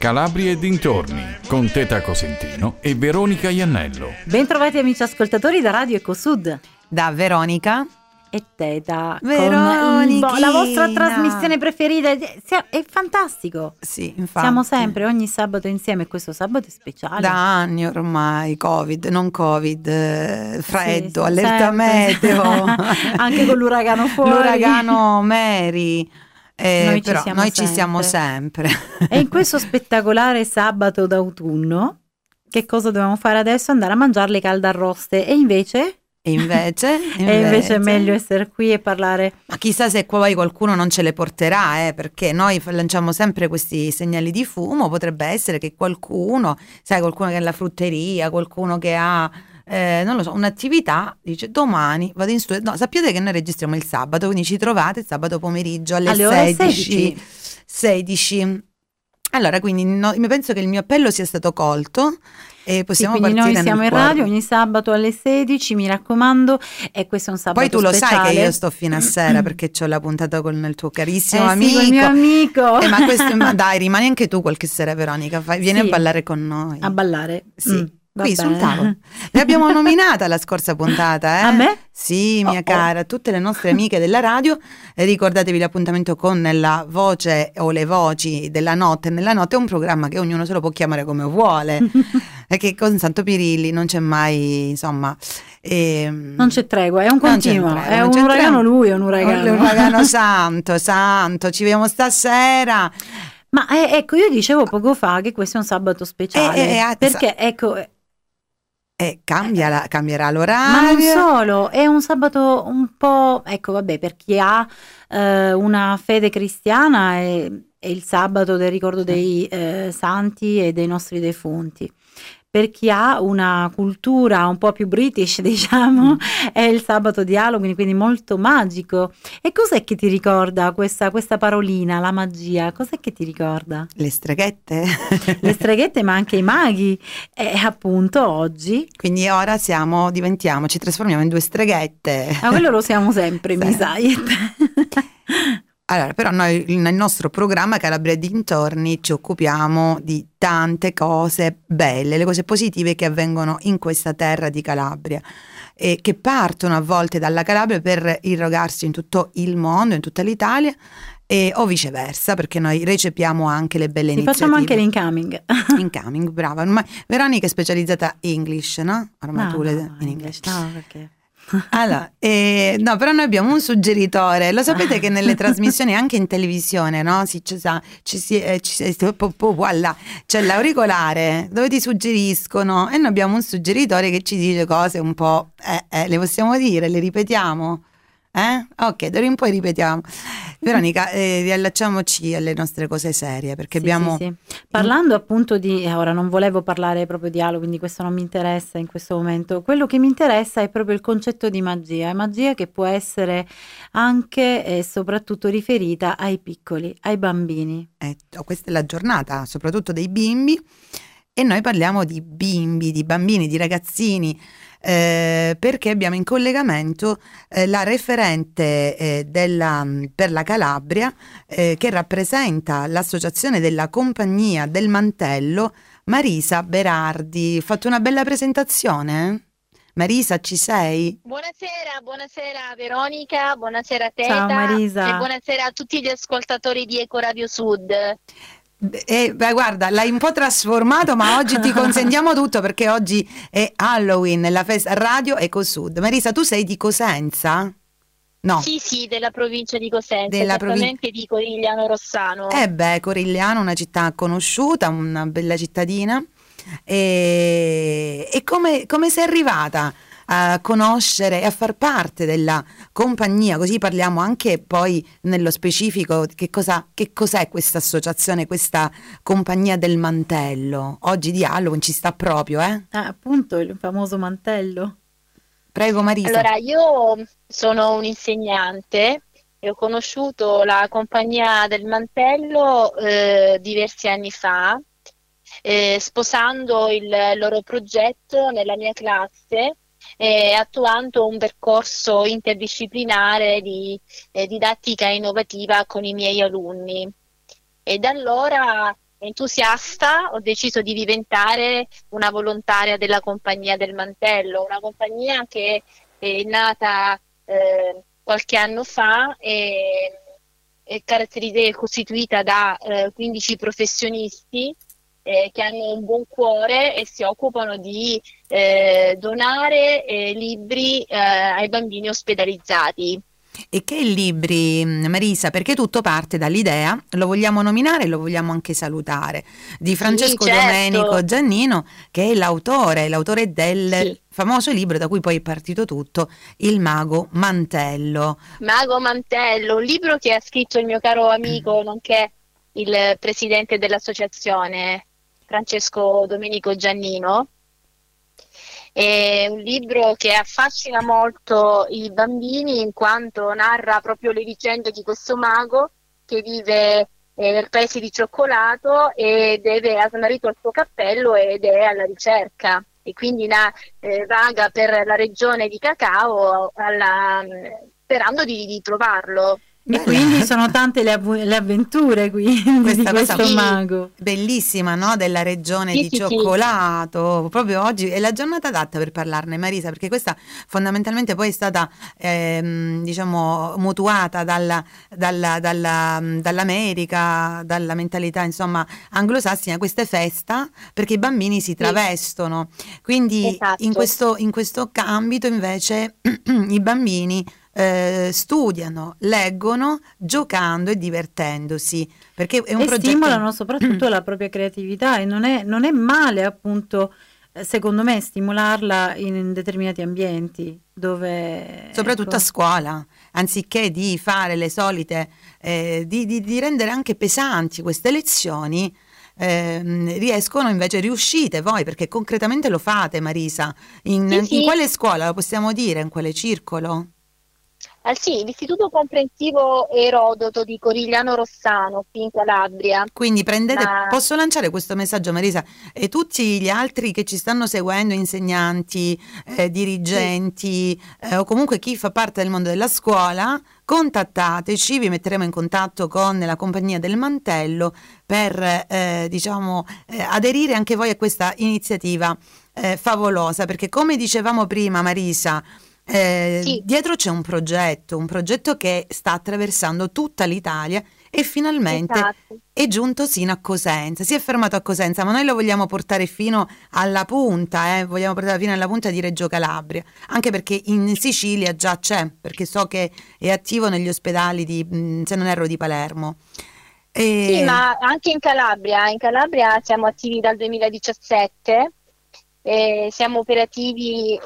Calabria e dintorni, con Teta Cosentino e Veronica Iannello. Bentrovati amici ascoltatori da Radio Ecosud. Da Veronica e Teta, Veronica, con la vostra trasmissione preferita. È fantastico. Sì, infatti. Siamo sempre ogni sabato insieme, questo sabato è speciale. Da anni ormai, non Covid, freddo, sì, allerta meteo. Anche con l'uragano fuori. L'uragano Mary. Noi ci siamo sempre. E in questo spettacolare sabato d'autunno, che cosa dobbiamo fare adesso? Andare a mangiare le caldarroste. E invece è meglio essere qui e parlare. Ma chissà se poi qualcuno non ce le porterà, perché noi lanciamo sempre questi segnali di fumo. Potrebbe essere che qualcuno che è alla frutteria, qualcuno che ha non lo so, un'attività, dice domani vado in studio. No, sappiate che noi registriamo il sabato, quindi ci trovate il sabato pomeriggio alle 16. Allora, quindi mi penso che il mio appello sia stato colto e possiamo partire. Noi siamo in radio ogni sabato alle 16, mi raccomando, e questo è un sabato speciale. Poi tu speciale. Lo sai che io sto fino a sera perché c'ho la puntata con il tuo carissimo amico. Sì, con il mio amico. Ma dai, rimani anche tu qualche sera, Veronica, vieni a ballare con noi. A ballare? Sì. Qui sul tavolo. L'abbiamo nominata la scorsa puntata, A me? Sì, mia cara, tutte le nostre amiche della radio. Ricordatevi l'appuntamento con La Voce o le voci della notte. Nella notte è un programma che ognuno se lo può chiamare come vuole. Perché con Santo Pirilli non c'è mai, insomma, non c'è tregua, è un continuo, è un uragano lui, è un uragano. Un uragano santo, ci vediamo stasera. Ma ecco, io dicevo poco fa che questo è un sabato speciale, perché ecco... cambierà l'orario. Ma non solo, è un sabato un po', ecco vabbè, per chi ha una fede cristiana è il sabato del ricordo dei santi e dei nostri defunti. Per chi ha una cultura un po' più british, diciamo, è il sabato di Halloween, quindi molto magico. E cos'è che ti ricorda questa parolina, la magia? Cos'è che ti ricorda? Le streghette. Le streghette, ma anche i maghi. E appunto oggi. Quindi ora ci trasformiamo in due streghette. Ma quello lo siamo sempre, mi sai. Allora, però noi nel nostro programma Calabria e dintorni ci occupiamo di tante cose belle, le cose positive che avvengono in questa terra di Calabria e che partono a volte dalla Calabria per irrogarsi in tutto il mondo, in tutta l'Italia o viceversa, perché noi recepiamo anche le belle iniziative. Facciamo anche l'incoming. Incoming, brava. Ma Veronica è specializzata in English, no? Ormai tu in English. No, perché... Allora, no, però noi abbiamo un suggeritore. Lo sapete che nelle trasmissioni anche in televisione, no? Voilà, c'è l'auricolare dove ti suggeriscono e noi abbiamo un suggeritore che ci dice cose un po' le possiamo dire, le ripetiamo? Ok, d'ora in poi ripetiamo. Veronica, riallacciamoci alle nostre cose serie perché abbiamo... Sì. Parlando appunto ora non volevo parlare proprio di Halloween, quindi questo non mi interessa in questo momento. Quello che mi interessa è proprio il concetto di magia che può essere anche e soprattutto riferita ai piccoli, ai bambini. Questa è la giornata soprattutto dei bimbi e noi parliamo di bimbi, di bambini, di ragazzini. Perché abbiamo in collegamento la referente per la Calabria che rappresenta l'associazione della Compagnia del Mantello, Marisa Berardi. Fatto una bella presentazione? Marisa, ci sei? Buonasera Veronica, buonasera Teta. Ciao Marisa. E buonasera a tutti gli ascoltatori di Ecoradio Sud. Guarda, l'hai un po' trasformato, ma oggi ti consentiamo tutto perché oggi è Halloween, la festa Radio Ecosud. Marisa, tu sei di Cosenza? No. Sì, della provincia di Cosenza, esattamente di Corigliano Rossano. Corigliano, una città conosciuta, una bella cittadina. E come sei arrivata a conoscere e a far parte della compagnia, così parliamo anche poi nello specifico che cos'è questa associazione, questa Compagnia del Mantello. Oggi di Halloween ci sta proprio, appunto il famoso mantello. Prego Marisa. Allora, io sono un'insegnante e ho conosciuto la Compagnia del Mantello diversi anni fa, sposando il loro progetto nella mia classe, attuando un percorso interdisciplinare di didattica innovativa con i miei alunni. E da allora entusiasta, ho deciso di diventare una volontaria della Compagnia del Mantello, una compagnia che è nata qualche anno fa e è costituita da 15 professionisti che hanno un buon cuore e si occupano di donare libri ai bambini ospedalizzati. E che libri, Marisa? Perché tutto parte dall'idea, lo vogliamo nominare e lo vogliamo anche salutare, di Francesco Sì, certo. Domenico Giannino, che è l'autore del Sì. famoso libro da cui poi è partito tutto, Il Mago Mantello. Mago Mantello, un libro che ha scritto il mio caro amico, nonché il presidente dell'associazione, Francesco Domenico Giannino. È un libro che affascina molto i bambini in quanto narra proprio le vicende di questo mago che vive nel paese di cioccolato e ha smarrito il suo cappello ed è alla ricerca. E quindi vaga per la regione di Cacao sperando di trovarlo. E quindi sono tante le avventure quindi di questo cosa mago. Bellissima, no? Della regione Sì, di sì, sì. cioccolato. Proprio oggi è la giornata adatta per parlarne, Marisa, perché questa fondamentalmente poi è stata diciamo mutuata dall'America, dalla mentalità insomma anglosassina, questa festa perché i bambini si travestono. Quindi Esatto. in questo ambito invece i bambini studiano, leggono, giocando e divertendosi, perché è un E progetto. stimolano soprattutto la propria creatività e non è male appunto secondo me stimolarla in determinati ambienti dove Soprattutto a scuola, anziché di fare le solite, di rendere anche pesanti queste lezioni, riuscite voi, perché concretamente lo fate, Marisa, in Sì. quale scuola, lo possiamo dire, in quale circolo? Sì, l'Istituto Comprensivo Erodoto di Corigliano Rossano, qui in Calabria. Quindi Ma- posso lanciare questo messaggio, Marisa, e tutti gli altri che ci stanno seguendo, insegnanti, dirigenti, o comunque chi fa parte del mondo della scuola, contattateci, vi metteremo in contatto con la Compagnia del Mantello per aderire anche voi a questa iniziativa favolosa, perché come dicevamo prima, Marisa, Sì. dietro c'è un progetto che sta attraversando tutta l'Italia e finalmente Esatto. è giunto sino a Cosenza, si è fermato a Cosenza, ma noi lo vogliamo portare fino alla punta, vogliamo portare fino alla punta di Reggio Calabria, anche perché in Sicilia già c'è, perché so che è attivo negli ospedali se non erro, di Palermo. Sì, ma anche in Calabria siamo attivi dal 2017, siamo operativi,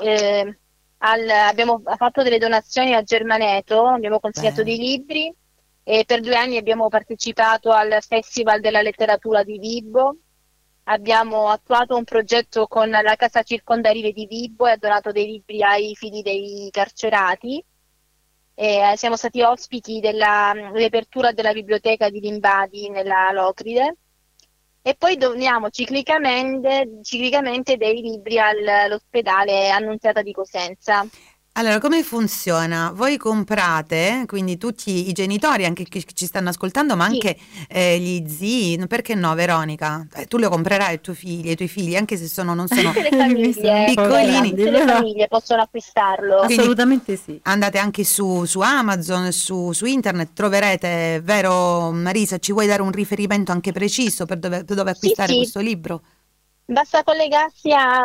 abbiamo fatto delle donazioni a Germaneto, abbiamo consegnato dei libri e per 2 anni abbiamo partecipato al Festival della Letteratura di Vibo, abbiamo attuato un progetto con la Casa Circondarive di Vibo e ha donato dei libri ai figli dei carcerati. Siamo stati ospiti della riapertura della biblioteca di Limbadi nella Locride e poi doniamo ciclicamente dei libri all'ospedale Annunziata di Cosenza. Allora, come funziona? Voi comprate, quindi tutti i genitori, anche che ci stanno ascoltando, ma Sì. anche gli zii, perché no, Veronica? Tu lo comprerai ai tuoi figli, anche se non sono Tutte le famiglie, piccolini. tutte le famiglie possono acquistarlo. Quindi assolutamente sì. andate anche su Amazon, su internet, troverete, vero Marisa? Ci vuoi dare un riferimento anche preciso per dove acquistare Sì. questo libro? Basta collegarsi a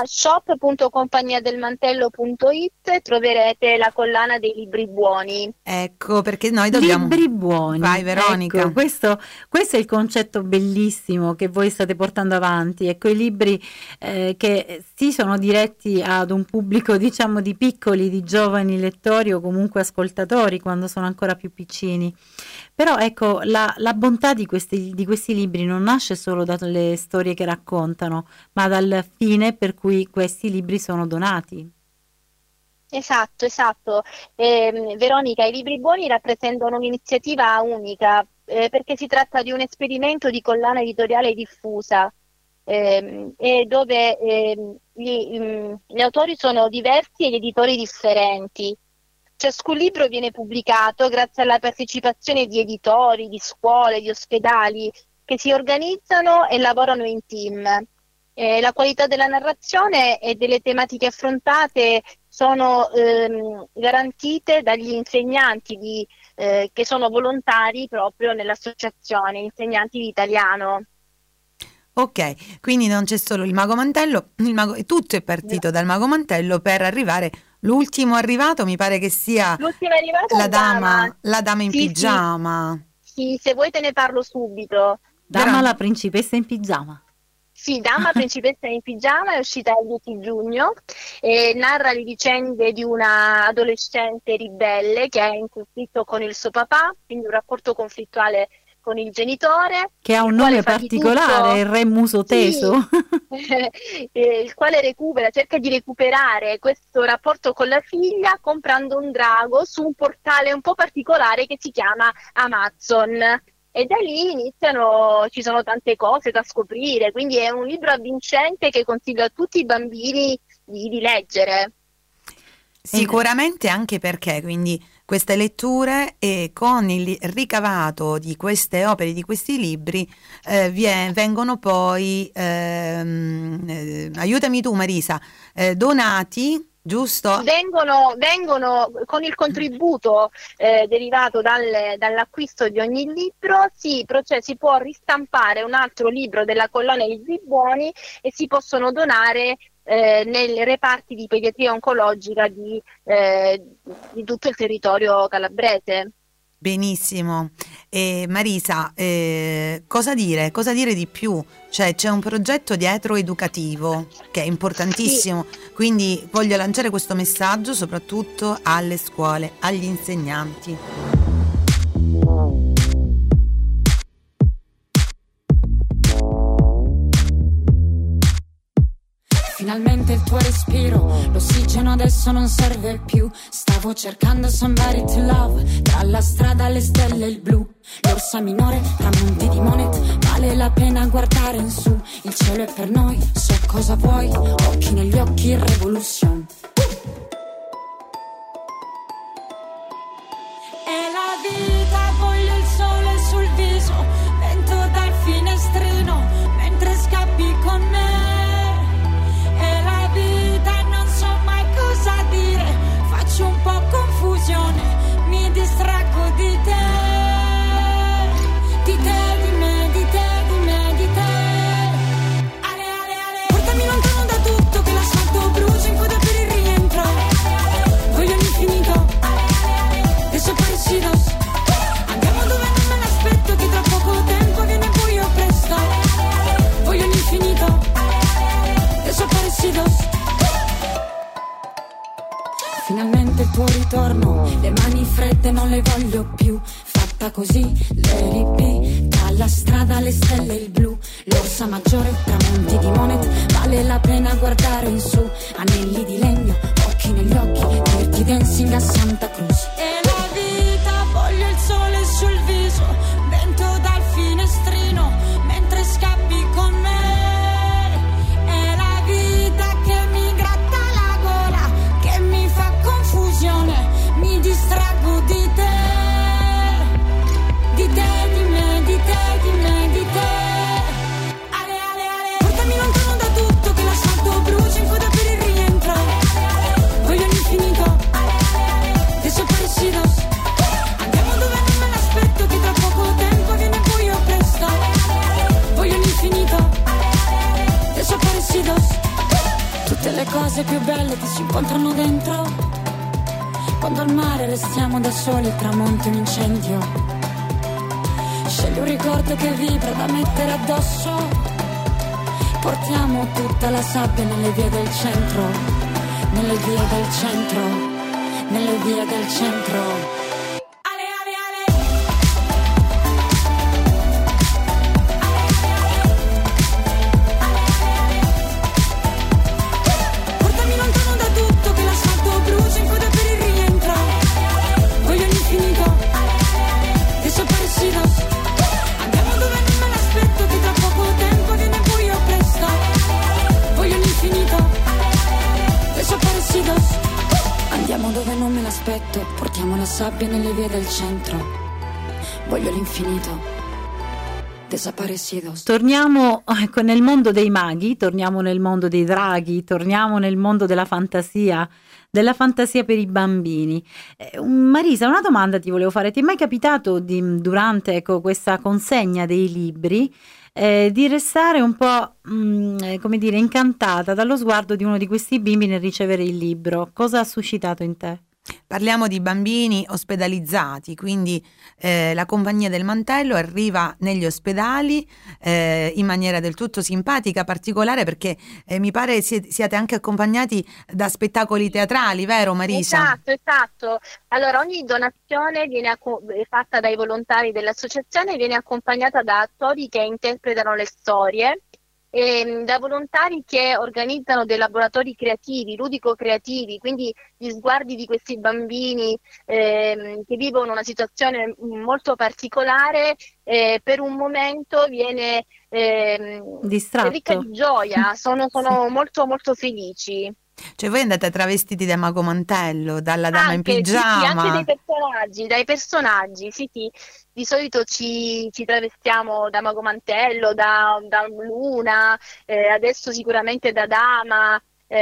shop.compagniadelmantello.it e troverete la collana dei libri buoni. Ecco, perché noi dobbiamo... Libri buoni. Vai, Veronica. Ecco, questo è il concetto bellissimo che voi state portando avanti. Ecco, i libri che sì sono diretti ad un pubblico, diciamo, di piccoli, di giovani lettori o comunque ascoltatori quando sono ancora più piccini. Però ecco, la bontà di questi libri non nasce solo dalle storie che raccontano, ma dal fine per cui questi libri sono donati. Esatto. Veronica, i libri buoni rappresentano un'iniziativa unica perché si tratta di un esperimento di collana editoriale diffusa e dove gli autori sono diversi e gli editori differenti. Ciascun libro viene pubblicato grazie alla partecipazione di editori, di scuole, di ospedali che si organizzano e lavorano in team. La qualità della narrazione e delle tematiche affrontate sono garantite dagli insegnanti che sono volontari proprio nell'associazione, insegnanti di italiano. Ok, quindi non c'è solo il Mago Mantello, tutto è partito dal Mago Mantello per arrivare, l'ultimo arrivato mi pare che sia la dama in pigiama. Sì, se vuoi te ne parlo subito. Dama la principessa in pigiama. Sì, Dama principessa in pigiama è uscita il 10 giugno e narra le vicende di una adolescente ribelle che è in conflitto con il suo papà, quindi un rapporto conflittuale con il genitore. Che ha un nome particolare, il re muso teso. Sì, il quale cerca di recuperare questo rapporto con la figlia comprando un drago su un portale un po' particolare che si chiama Amazon. E da lì ci sono tante cose da scoprire, quindi è un libro avvincente che consiglio a tutti i bambini di leggere. Sicuramente anche perché quindi queste letture e con il ricavato di queste opere, di questi libri, vengono poi, aiutami tu Marisa, donati, giusto? Vengono con il contributo derivato dall'acquisto di ogni libro, si può ristampare un altro libro della collana Libri Buoni e si possono donare nei reparti di pediatria oncologica di tutto il territorio calabrese. Benissimo. Marisa, cosa dire di più? Cioè, c'è un progetto dietro educativo che è importantissimo, quindi voglio lanciare questo messaggio soprattutto alle scuole, agli insegnanti. Finalmente il tuo respiro, l'ossigeno adesso non serve più. Stavo cercando somebody to love, tra la strada, le stelle e il blu. L'orsa minore, tramonti di Monet, vale la pena guardare in su. Il cielo è per noi, so cosa vuoi, occhi negli occhi, revolution. E la vita, voglio il sole sul viso, vento dal finestrino, mentre scappi con me. Un po' confusione, mi distraggo di te, di me, di te. Ale, ale, ale. Portami lontano da tutto, che l'asfalto brucia in coda per il rientro. Voglio l'infinito, desaparecidos. Andiamo dove non me l'aspetto, che tra poco tempo viene buio presto. Voglio l'infinito, desaparecidos. Finalmente il tuo ritorno, le mani fredde non le voglio più. Fatta così, l'R.I.P. Dalla strada, le stelle e il blu. L'orsa maggiore, tramonti di Monet, vale la pena guardare in su. Anelli di legno, occhi negli occhi, dirti dancing a Santa Cruz. E la vita, voglio il sole sul viso, vento dal finestrino, mentre scappi con me. Mi distraggo di te, di me, di te. Ale, ale, ale. Portami lontano da tutto, che l'asfalto brucia in coda per il rientro. Voglio l'infinito, desaparecidos. Andiamo dove non me l'aspetto, che tra poco tempo viene buio presto. Voglio l'infinito, desaparecidos. Tutte le cose più belle che si incontrano dentro. Quando al mare restiamo da soli, il tramonto è un incendio. Scegli un ricordo che vibra da mettere addosso. Portiamo tutta la sabbia nelle vie del centro, nelle vie del centro, nelle vie del centro. Dove non me l'aspetto, portiamo la sabbia nelle vie del centro. Voglio l'infinito, desaparecidos. Torniamo nel mondo dei maghi, torniamo nel mondo dei draghi, torniamo nel mondo della fantasia per i bambini. Marisa, una domanda ti volevo fare. Ti è mai capitato durante questa consegna dei libri di restare un po' come dire, incantata dallo sguardo di uno di questi bimbi nel ricevere il libro? Cosa ha suscitato in te? Parliamo di bambini ospedalizzati, quindi la compagnia del mantello arriva negli ospedali in maniera del tutto simpatica, particolare, perché mi pare siate anche accompagnati da spettacoli teatrali, vero Marisa? Esatto. Allora, ogni donazione viene fatta dai volontari dell'associazione e viene accompagnata da attori che interpretano le storie, e da volontari che organizzano dei laboratori creativi, ludico-creativi, quindi gli sguardi di questi bambini che vivono una situazione molto particolare per un momento viene distratto, ricca di gioia, sono molto molto felici. Cioè voi andate travestiti da Mago Mantello, dalla dama in pigiama? Sì, anche dai personaggi, sì. Di solito ci travestiamo da Mago Mantello, da Luna, adesso sicuramente da Dama,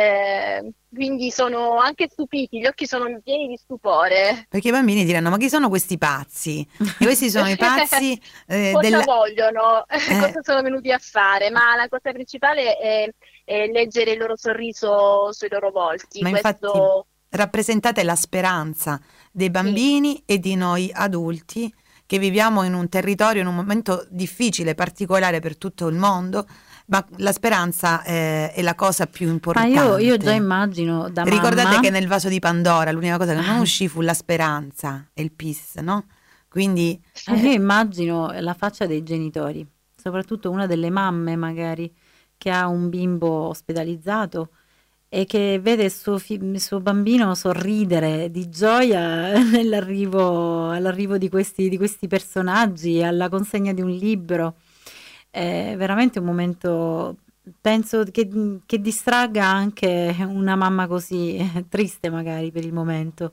quindi sono anche stupiti, gli occhi sono pieni di stupore. Perché i bambini diranno: ma chi sono questi pazzi? E questi sono i pazzi cosa vogliono? Cosa sono venuti a fare? Ma la cosa principale è leggere il loro sorriso sui loro volti. Ma infatti rappresentate la speranza dei bambini e di noi adulti che viviamo in un territorio, in un momento difficile, particolare per tutto il mondo, ma la speranza è la cosa più importante. Ma io già immagino da Ricordate mamma che nel vaso di Pandora l'unica cosa che non uscì fu la speranza e il peace, no? Quindi io immagino la faccia dei genitori, soprattutto una delle mamme magari che ha un bimbo ospedalizzato e che vede il suo bambino sorridere di gioia all'arrivo di questi personaggi, alla consegna di un libro. È veramente un momento, penso, che distragga anche una mamma così triste magari per il momento.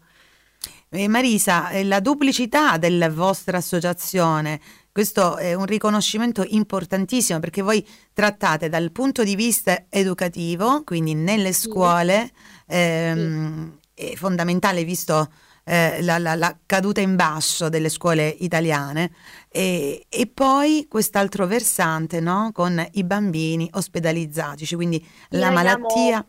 Marisa, la duplicità della vostra associazione, questo è un riconoscimento importantissimo, perché voi trattate dal punto di vista educativo, quindi nelle scuole, è fondamentale visto la caduta in basso delle scuole italiane, e poi quest'altro versante, no? Con i bambini ospedalizzati, cioè quindi la malattia.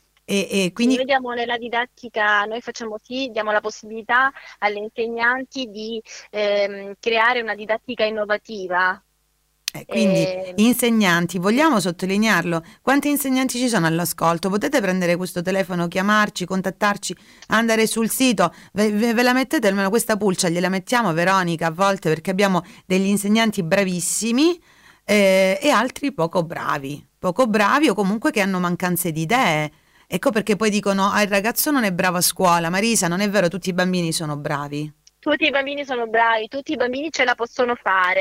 E quindi vediamo nella didattica, noi diamo la possibilità alle insegnanti di creare una didattica innovativa. Quindi insegnanti, vogliamo sottolinearlo, quanti insegnanti ci sono all'ascolto? Potete prendere questo telefono, chiamarci, contattarci, andare sul sito, ve la mettete, almeno questa pulce gliela mettiamo, Veronica, a volte, perché abbiamo degli insegnanti bravissimi e altri poco bravi o comunque che hanno mancanze di idee. Ecco perché poi dicono: il ragazzo non è bravo a scuola. Marisa, non è vero, tutti i bambini sono bravi. Tutti i bambini sono bravi, tutti i bambini ce la possono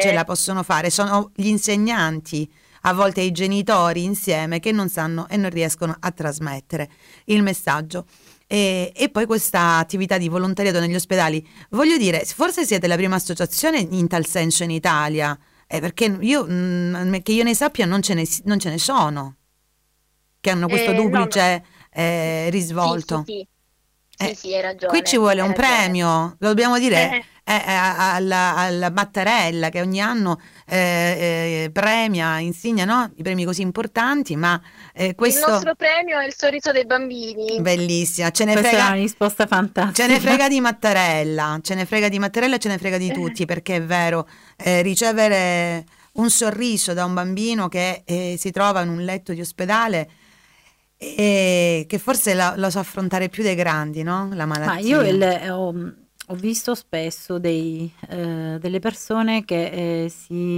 fare. Sono gli insegnanti, a volte i genitori insieme, che non sanno e non riescono a trasmettere il messaggio. E poi questa attività di volontariato negli ospedali, voglio dire, forse siete la prima associazione in tal senso in Italia, perché che io ne sappia non ce ne sono che hanno questo duplice risvolto. Sì, hai ragione. Qui ci vuole un premio, lo dobbiamo dire alla Mattarella, che ogni anno premia, insegna, no? I premi così importanti, ma questo... Il nostro premio è il sorriso dei bambini. Bellissima, Questa è una risposta fantastica. Ce ne frega di Mattarella, ce ne frega di tutti, perché è vero, ricevere un sorriso da un bambino che si trova in un letto di ospedale, e che forse lo sa affrontare più dei grandi, no? La malattia. Ma io ho visto spesso delle persone che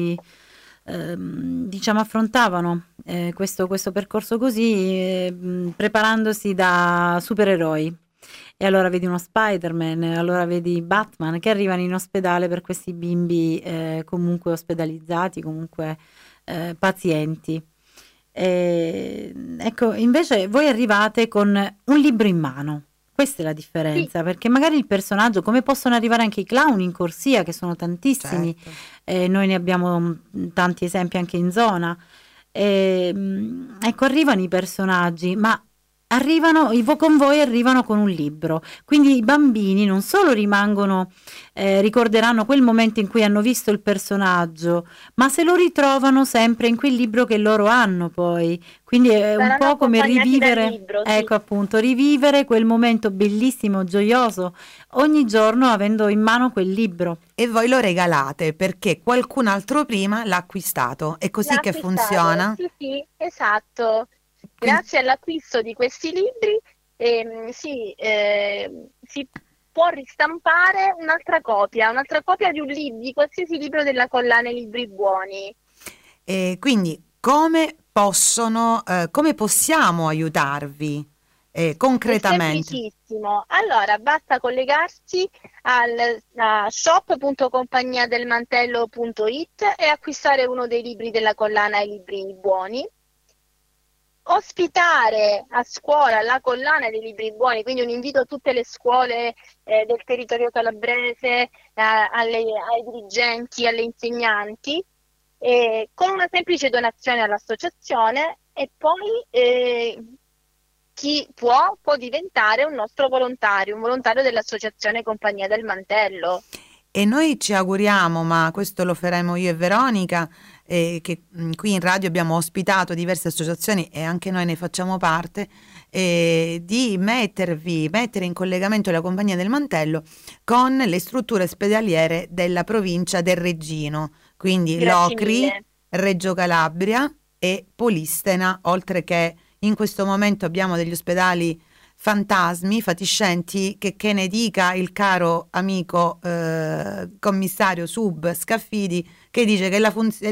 diciamo affrontavano questo percorso così, preparandosi da supereroi. E allora vedi uno Spider-Man, allora vedi Batman che arrivano in ospedale per questi bimbi comunque ospedalizzati, comunque pazienti. Ecco, invece voi arrivate con un libro in mano. Questa è la differenza, perché magari il personaggio, come possono arrivare anche i clown in corsia, che sono tantissimi, noi ne abbiamo tanti esempi anche in zona, ecco, arrivano i personaggi, ma con voi arrivano con un libro, quindi i bambini non solo ricorderanno quel momento in cui hanno visto il personaggio, ma se lo ritrovano sempre in quel libro che loro hanno poi, quindi è un po' come rivivere, libro, ecco appunto, rivivere quel momento bellissimo, gioioso, ogni giorno avendo in mano quel libro. E voi lo regalate perché qualcun altro prima l'ha acquistato, è così che funziona? Sì, esatto. Grazie all'acquisto di questi libri si può ristampare un'altra copia di qualsiasi libro della collana I Libri Buoni. Quindi come possiamo aiutarvi concretamente? È semplicissimo. Allora, basta collegarsi al shop.compagniadelmantello.it e acquistare uno dei libri della collana I Libri Buoni. Ospitare a scuola la collana dei libri buoni, quindi un invito a tutte le scuole del territorio calabrese, ai dirigenti, alle insegnanti, con una semplice donazione all'associazione, e poi chi può diventare un nostro volontario, un volontario dell'associazione Compagnia del Mantello. E noi ci auguriamo, ma questo lo faremo io e Veronica, che qui in radio abbiamo ospitato diverse associazioni e anche noi ne facciamo parte, di mettere in collegamento la Compagnia del Mantello con le strutture ospedaliere della provincia del Reggino, quindi Grazie Locri, mille. Reggio Calabria e Polistena, oltre che in questo momento abbiamo degli ospedali fantasmi, fatiscenti, che ne dica il caro amico commissario Sub Scaffidi, che dice che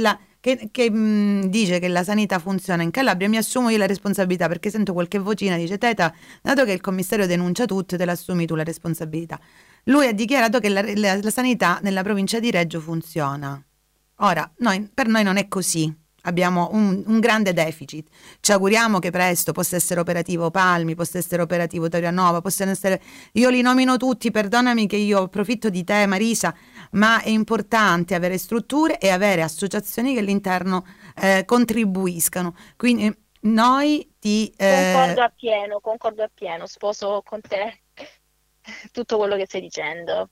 dice che la sanità funziona in Calabria. Mi assumo io la responsabilità, perché sento qualche vocina dice: Teta, dato che il commissario denuncia tutto, te l'assumi tu la responsabilità. Lui ha dichiarato che la sanità nella provincia di Reggio funziona. Ora, per noi non è così. Abbiamo un grande deficit. Ci auguriamo che presto possa essere operativo Palmi, possa essere operativo Torianova, possano essere, io li nomino tutti, perdonami che io approfitto di te Marisa, ma è importante avere strutture e avere associazioni che all'interno contribuiscano. Quindi noi Concordo appieno, sposo con te tutto quello che stai dicendo.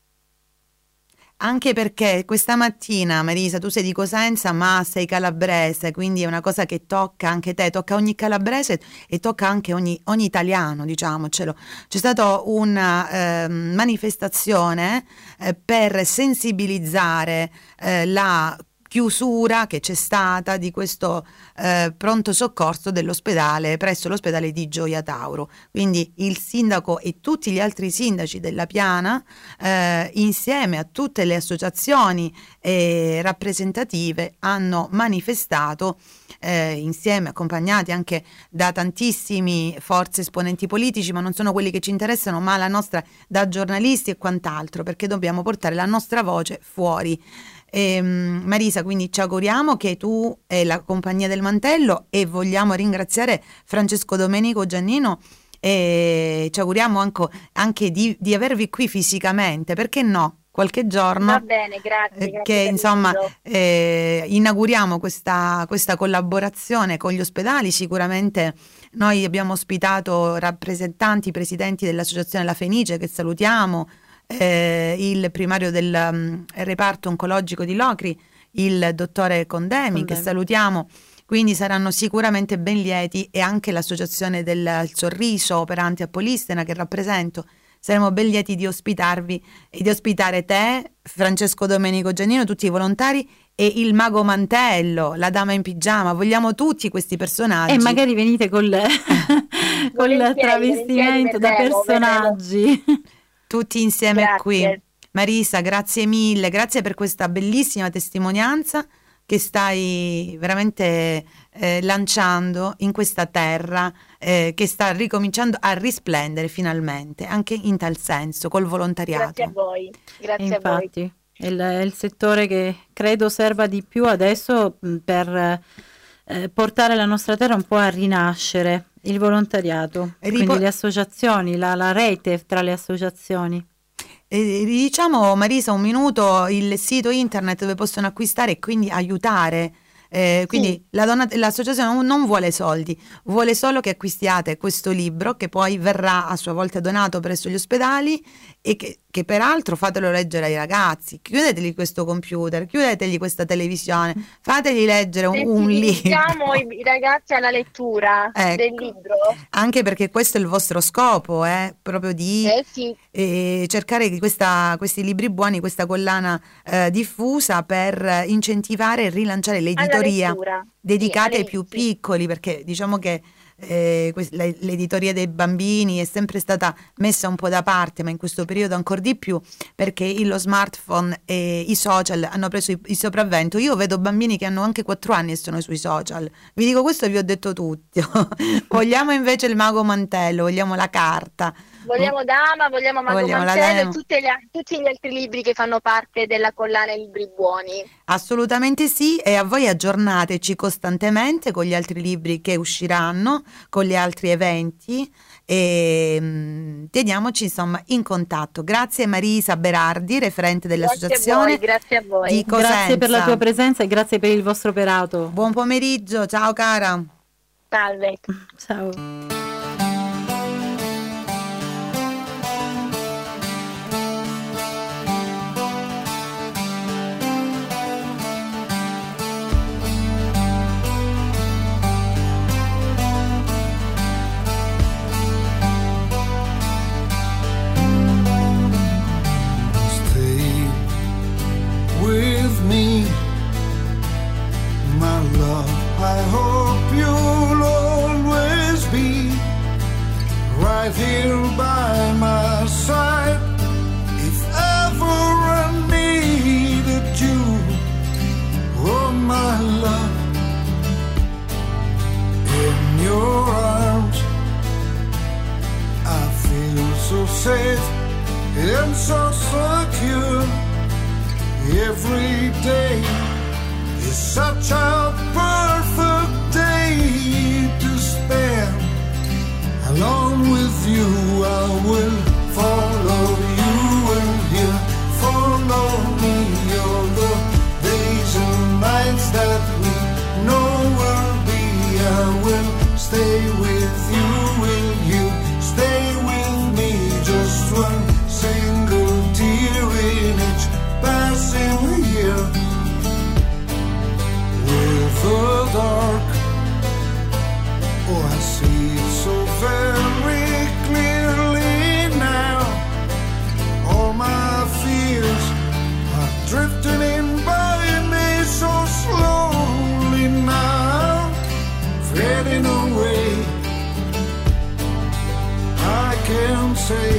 Anche perché questa mattina, Marisa, tu sei di Cosenza ma sei calabrese, quindi è una cosa che tocca anche te, tocca ogni calabrese e tocca anche ogni italiano, diciamocelo. C'è stata una manifestazione per sensibilizzare la chiusura che c'è stata di questo pronto soccorso dell'ospedale, presso l'ospedale di Gioia Tauro. Quindi il sindaco e tutti gli altri sindaci della Piana, insieme a tutte le associazioni rappresentative, hanno manifestato insieme, accompagnati anche da tantissimi forze esponenti politici, ma non sono quelli che ci interessano, ma la nostra, da giornalisti e quant'altro, perché dobbiamo portare la nostra voce fuori. Marisa, quindi ci auguriamo che tu e la Compagnia del Mantello, e vogliamo ringraziare Francesco Domenico Giannino, e ci auguriamo anche di avervi qui fisicamente, perché no? Qualche giorno. Va bene, grazie. Che insomma inauguriamo questa collaborazione con gli ospedali. Sicuramente noi abbiamo ospitato rappresentanti, presidenti dell'associazione La Fenice, che salutiamo, il primario del reparto oncologico di Locri, il dottore Condemi, che salutiamo. Quindi saranno sicuramente ben lieti, e anche l'associazione del Sorriso operante a Polistena, che rappresento. Saremo ben lieti di ospitarvi e di ospitare te, Francesco Domenico Giannino, tutti i volontari, e il mago Mantello, la dama in pigiama. Vogliamo tutti questi personaggi. E magari venite col travestimento da personaggi. Tutti insieme. Grazie. Qui. Marisa, grazie mille, grazie per questa bellissima testimonianza che stai veramente lanciando in questa terra che sta ricominciando a risplendere finalmente, anche in tal senso, col volontariato. Grazie a voi. Infatti, è il settore che credo serva di più adesso per portare la nostra terra un po' a rinascere. Il volontariato, quindi le associazioni, la rete tra le associazioni. Diciamo, Marisa, un minuto, il sito internet dove possono acquistare e quindi aiutare. Quindi l'associazione non vuole soldi, vuole solo che acquistiate questo libro, che poi verrà a sua volta donato presso gli ospedali, e che peraltro fatelo leggere ai ragazzi. Chiudetegli questo computer, chiudetegli questa televisione, fategli leggere un libro. Invitiamo i ragazzi alla lettura del libro, anche perché questo è il vostro scopo, proprio di cercare questi libri buoni, questa collana diffusa, per incentivare e rilanciare l'editoria dedicata ai più piccoli, perché diciamo che l'editoria dei bambini è sempre stata messa un po' da parte, ma in questo periodo ancora di più, perché lo smartphone e i social hanno preso il sopravvento. Io vedo bambini che hanno anche 4 anni e sono sui social. Vi dico questo e vi ho detto tutto. Vogliamo invece il Mago Mantello, vogliamo la carta, vogliamo Dama, vogliamo Mago Mantello e tutti gli altri libri che fanno parte della collana Libri Buoni. Assolutamente sì, e a voi aggiornateci costantemente con gli altri libri che usciranno, con gli altri eventi, e teniamoci insomma in contatto. Grazie Marisa Berardi, referente dell'associazione. Grazie a voi. Di Cosenza. Grazie per la tua presenza e grazie per il vostro operato. Buon pomeriggio, ciao cara. Salve. Ciao. I hope you'll always be right here by my side. If ever I needed you, oh my love, in your arms I feel so safe and so secure. Every day is such a perfect day to spend alone with you. I will follow you and you follow me. All the days and nights that we know will be. I will stay with you. Will you stay with me? Just one single tear in each passing year. The dark, oh I see it so very clearly now. All my fears are drifting in by me so slowly now, fading away. I can say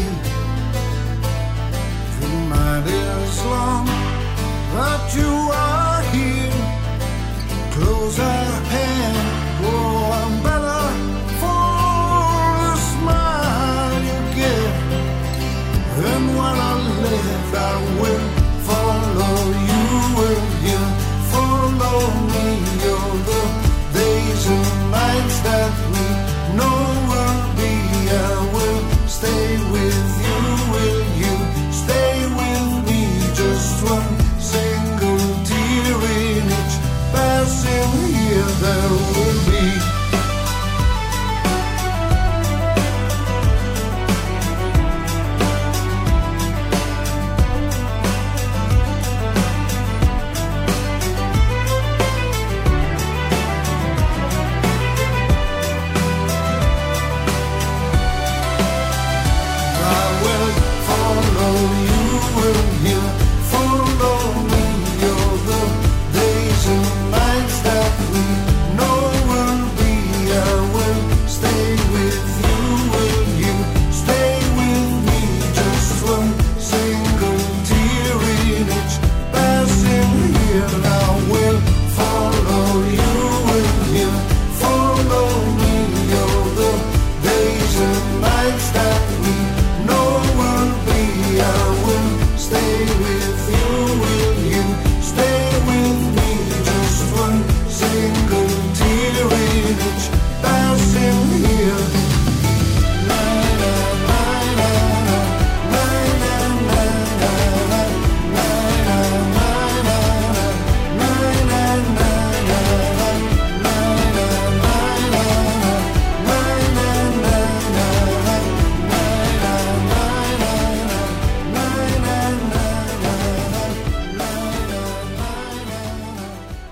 the night is long, that you are here. Close our hand, oh I'm better for the smile you give. And while I live I will follow you. Will you follow me? All the days and nights that we know will be. I will stay with you.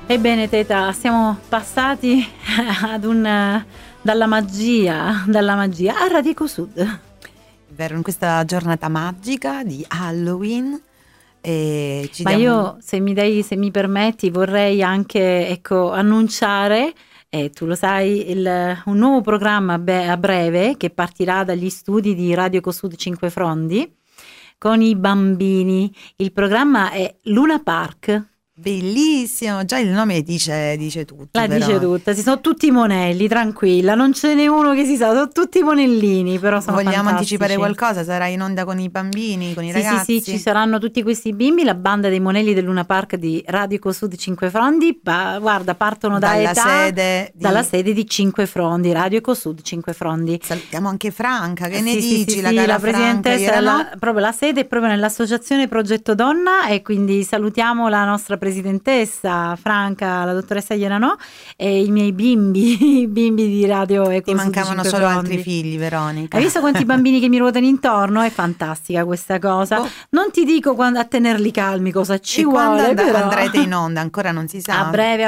Ebbene Teta, siamo passati dalla magia a Radico Sud. Vero, in questa giornata magica di Halloween. Ma io, se mi permetti, vorrei anche annunciare, tu lo sai, un nuovo programma a breve che partirà dagli studi di Radio Ecosud Cinque Frondi con i bambini. Il programma è Luna Park. Bellissimo, già il nome dice tutto. Dice tutta, si sono tutti monelli, tranquilla, non ce n'è uno che si sa, sono tutti monellini, però sono Vogliamo fantastici. anticipare qualcosa? Sarà in onda con i bambini, con i ragazzi? Sì, ci saranno tutti questi bimbi, la banda dei monelli del Luna Park di Radio Ecosud Cinque Frondi, guarda, partono dalla sede di Cinque Frondi, Radio Ecosud Cinque Frondi. Salutiamo anche Franca, che ne dici? Sì, la presidentessa, proprio la sede è proprio nell'associazione Progetto Donna, e quindi salutiamo la nostra presidentessa Franca, la dottoressa Ienano, e i miei bimbi di Radio Ecosud. Ti mancavano Cinque solo Frondi. altri figli, Veronica. Hai visto quanti bambini che mi ruotano intorno? È fantastica questa cosa. Non ti dico quando a tenerli calmi cosa ci vuole, però andrete in onda, ancora non si sa. A breve,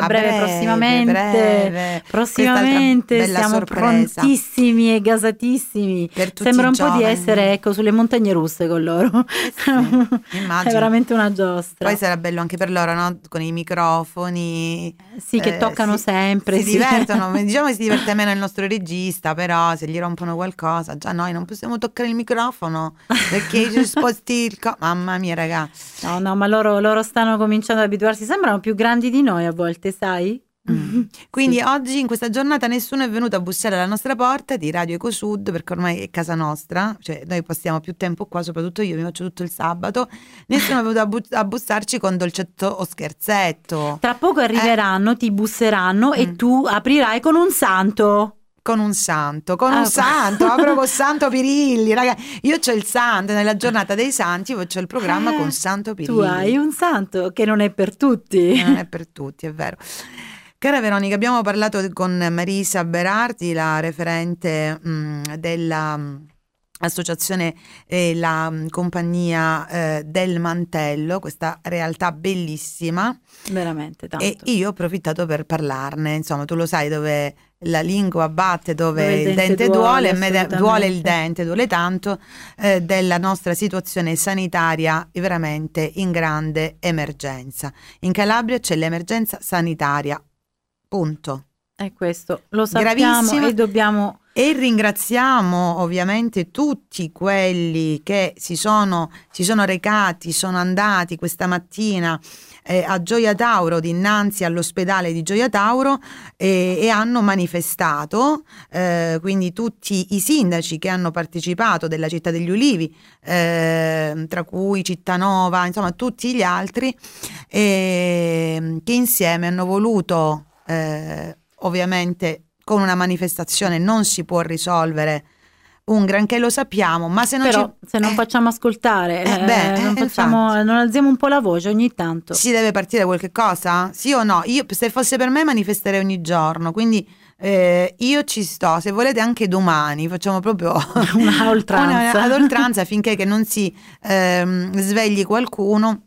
prossimamente siamo sorpresa. Prontissimi e gasatissimi. Sembra un po' di essere sulle montagne russe con loro. Immagino. È veramente una giostra. Poi sarà bello anche per loro, no? Con i microfoni. Sì, che toccano sempre. Si divertono, diciamo che si diverte meno il nostro regista, però se gli rompono qualcosa, già noi non possiamo toccare il microfono perché ci sposti il mamma mia, ragazzi. No, ma loro stanno cominciando ad abituarsi, sembrano più grandi di noi a volte, sai? Quindi oggi in questa giornata nessuno è venuto a bussare alla nostra porta di Radio Ecosud, perché ormai è casa nostra, cioè noi passiamo più tempo qua, soprattutto io mi faccio tutto il sabato. Nessuno è venuto a bussarci con dolcetto o scherzetto. Tra poco arriveranno, ti busseranno e tu aprirai con un santo. Con un santo, apro con Santo Pirilli, ragazzi. Io c'ho il santo, nella giornata dei santi io c'ho il programma con Santo Pirilli. Tu hai un santo che non è per tutti. Non è per tutti, è vero. Cara Veronica, abbiamo parlato con Marisa Berardi, la referente della associazione, la compagnia del mantello, questa realtà bellissima. Veramente tanto. E io ho approfittato per parlarne, insomma, tu lo sai, dove la lingua batte, dove il dente duole, duole il dente, duole tanto, della nostra situazione sanitaria veramente in grande emergenza. In Calabria c'è l'emergenza sanitaria. Punto. È questo, lo sappiamo. Gravissima. E dobbiamo... E ringraziamo ovviamente tutti quelli che si sono recati, sono andati questa mattina a Gioia Tauro, dinanzi all'ospedale di Gioia Tauro, e hanno manifestato, quindi tutti i sindaci che hanno partecipato della Città degli Ulivi, tra cui Cittanova, insomma tutti gli altri, che insieme hanno voluto, ovviamente con una manifestazione non si può risolvere un granché, lo sappiamo, ma se non non facciamo ascoltare, non alziamo un po' la voce ogni tanto. Si deve partire qualche cosa? Sì o no? Io, se fosse per me, manifesterei ogni giorno, quindi io ci sto, se volete anche domani facciamo proprio una oltranza. ad oltranza, finché che non si svegli qualcuno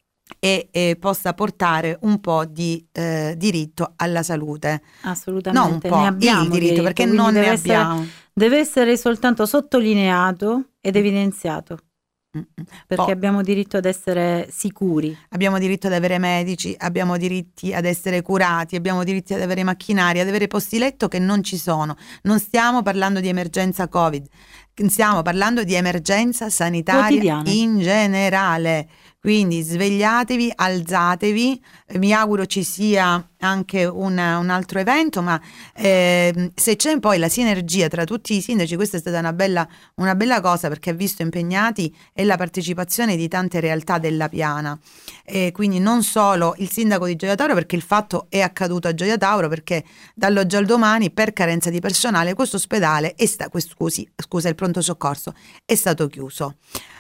e possa portare un po' di diritto alla salute. Assolutamente. Non un po', ne abbiamo il diritto, perché non ne abbiamo. Deve essere soltanto sottolineato ed evidenziato, perché abbiamo diritto ad essere sicuri. Abbiamo diritto ad avere medici, abbiamo diritti ad essere curati, abbiamo diritti ad avere macchinari, ad avere posti letto che non ci sono. Non stiamo parlando di emergenza Covid, stiamo parlando di emergenza sanitaria in generale. Quindi svegliatevi, alzatevi, mi auguro ci sia anche un altro evento, ma se c'è poi la sinergia tra tutti i sindaci, questa è stata una bella cosa, perché ha visto impegnati e la partecipazione di tante realtà della Piana, quindi non solo il sindaco di Gioia Tauro, perché il fatto è accaduto a Gioia Tauro, perché dall'oggi al domani per carenza di personale questo ospedale scusa, il pronto soccorso è stato chiuso.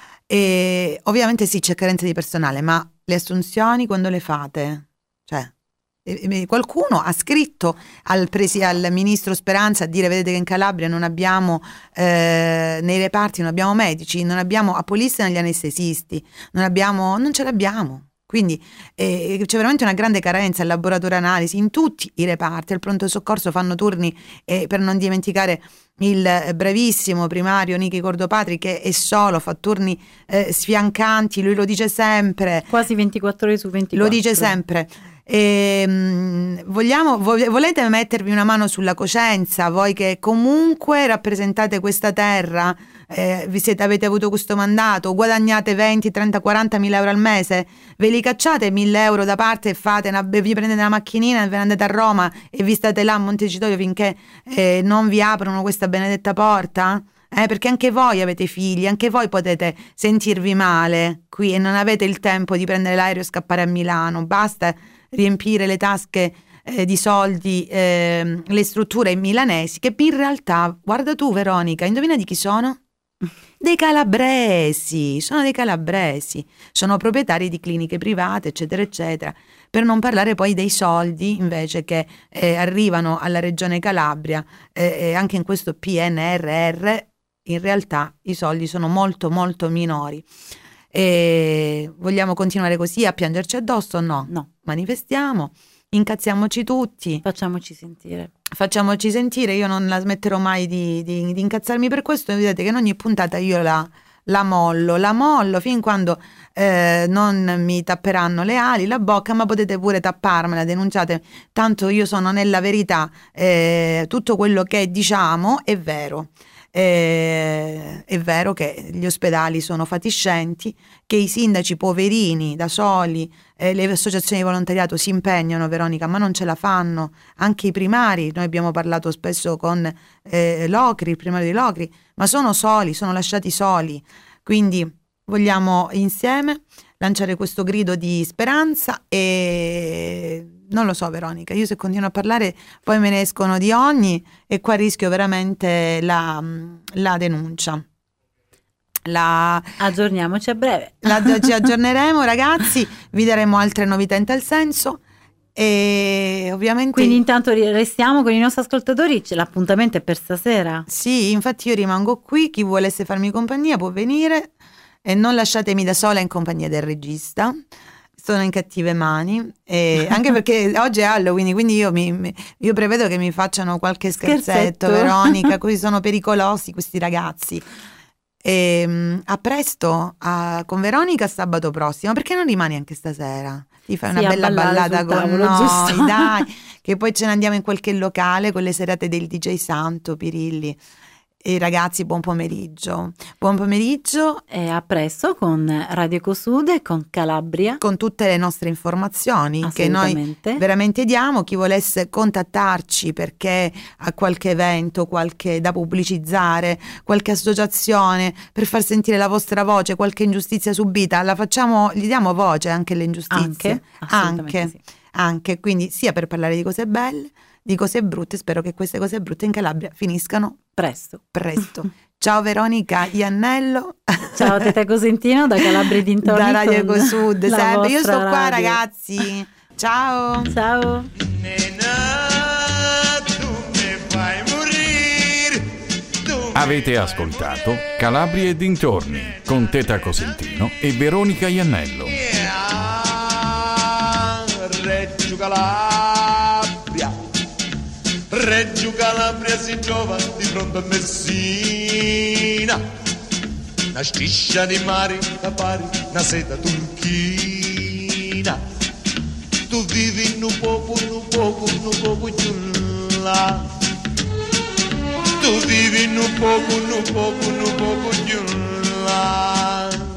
E ovviamente sì, c'è carenza di personale, ma le assunzioni quando le fate? Cioè, qualcuno ha scritto al ministro Speranza a dire: vedete che in Calabria non abbiamo nei reparti, non abbiamo medici, non abbiamo apolisti negli anestesisti, non ce l'abbiamo. Quindi c'è veramente una grande carenza al laboratorio analisi in tutti i reparti. Al pronto soccorso fanno turni, per non dimenticare il bravissimo primario Nichi Cordopatri, che è solo, fa turni sfiancanti, lui lo dice sempre, quasi 24 ore su 24, lo dice sempre. Volete mettervi una mano sulla coscienza, voi che comunque rappresentate questa terra, avete avuto questo mandato, guadagnate 20, 30, 40 mila euro al mese, ve li cacciate 1.000 euro da parte e vi prendete una macchinina e ve ne andate a Roma e vi state là a Montecitorio finché non vi aprono questa benedetta porta? Perché anche voi avete figli, anche voi potete sentirvi male qui e non avete il tempo di prendere l'aereo e scappare a Milano. Basta riempire le tasche di soldi, le strutture milanesi, che in realtà, guarda tu Veronica, indovina di chi sono? Dei calabresi, sono dei calabresi, sono proprietari di cliniche private, eccetera, eccetera, per non parlare poi dei soldi invece che arrivano alla regione Calabria, anche in questo PNRR, in realtà i soldi sono molto molto minori. Vogliamo continuare così a piangerci addosso? No. Manifestiamo, incazziamoci tutti, facciamoci sentire. Io non la smetterò mai di incazzarmi per questo. Vedete che in ogni puntata io la mollo fin quando non mi tapperanno le ali, la bocca, ma potete pure tapparmela, denunciate, tanto io sono nella verità, tutto quello che diciamo è vero. È vero che gli ospedali sono fatiscenti, che i sindaci poverini da soli, le associazioni di volontariato si impegnano, Veronica, ma non ce la fanno, anche i primari. Noi abbiamo parlato spesso con Locri, il primario di Locri, ma sono lasciati soli. Quindi vogliamo insieme lanciare questo grido di speranza e non lo so, Veronica, io se continuo a parlare poi me ne escono di ogni e qua rischio veramente la denuncia. Aggiorniamoci a breve. Ci aggiorneremo, ragazzi, vi daremo altre novità in tal senso e ovviamente. Quindi intanto restiamo con i nostri ascoltatori, l'appuntamento è per stasera. Sì, infatti io rimango qui, chi volesse farmi compagnia può venire e non lasciatemi da sola in compagnia del regista. Sono in cattive mani, anche perché oggi è Halloween, quindi io prevedo che mi facciano qualche scherzetto. Veronica, così sono pericolosi questi ragazzi. A presto con Veronica sabato prossimo, perché non rimani anche stasera? Ti fai una bella ballata con noi, dai, che poi ce ne andiamo in qualche locale con le serate del DJ Santo, Pirilli. E ragazzi, buon pomeriggio e a presto con Radio Ecosud e con Calabria, con tutte le nostre informazioni che noi veramente diamo. Chi volesse contattarci perché ha qualche evento, qualche da pubblicizzare, qualche associazione per far sentire la vostra voce, qualche ingiustizia subita, gli diamo voce anche alle ingiustizie, anche, quindi sia per parlare di cose belle, di cose brutte. Spero che queste cose brutte in Calabria finiscano presto. Ciao Veronica Iannello. Ciao Teta Cosentino da Calabria e dintorni, da Radio Ecosud sempre. Io sto qua, ragazzi. Ciao. Avete ascoltato Calabria e dintorni con Teta Cosentino e Veronica Iannello. Reggio Calabria si trova di fronte a Messina, una striscia di mare da pari, una seta turchina. Tu vivi un poco giù là. Tu vivi un poco giù là.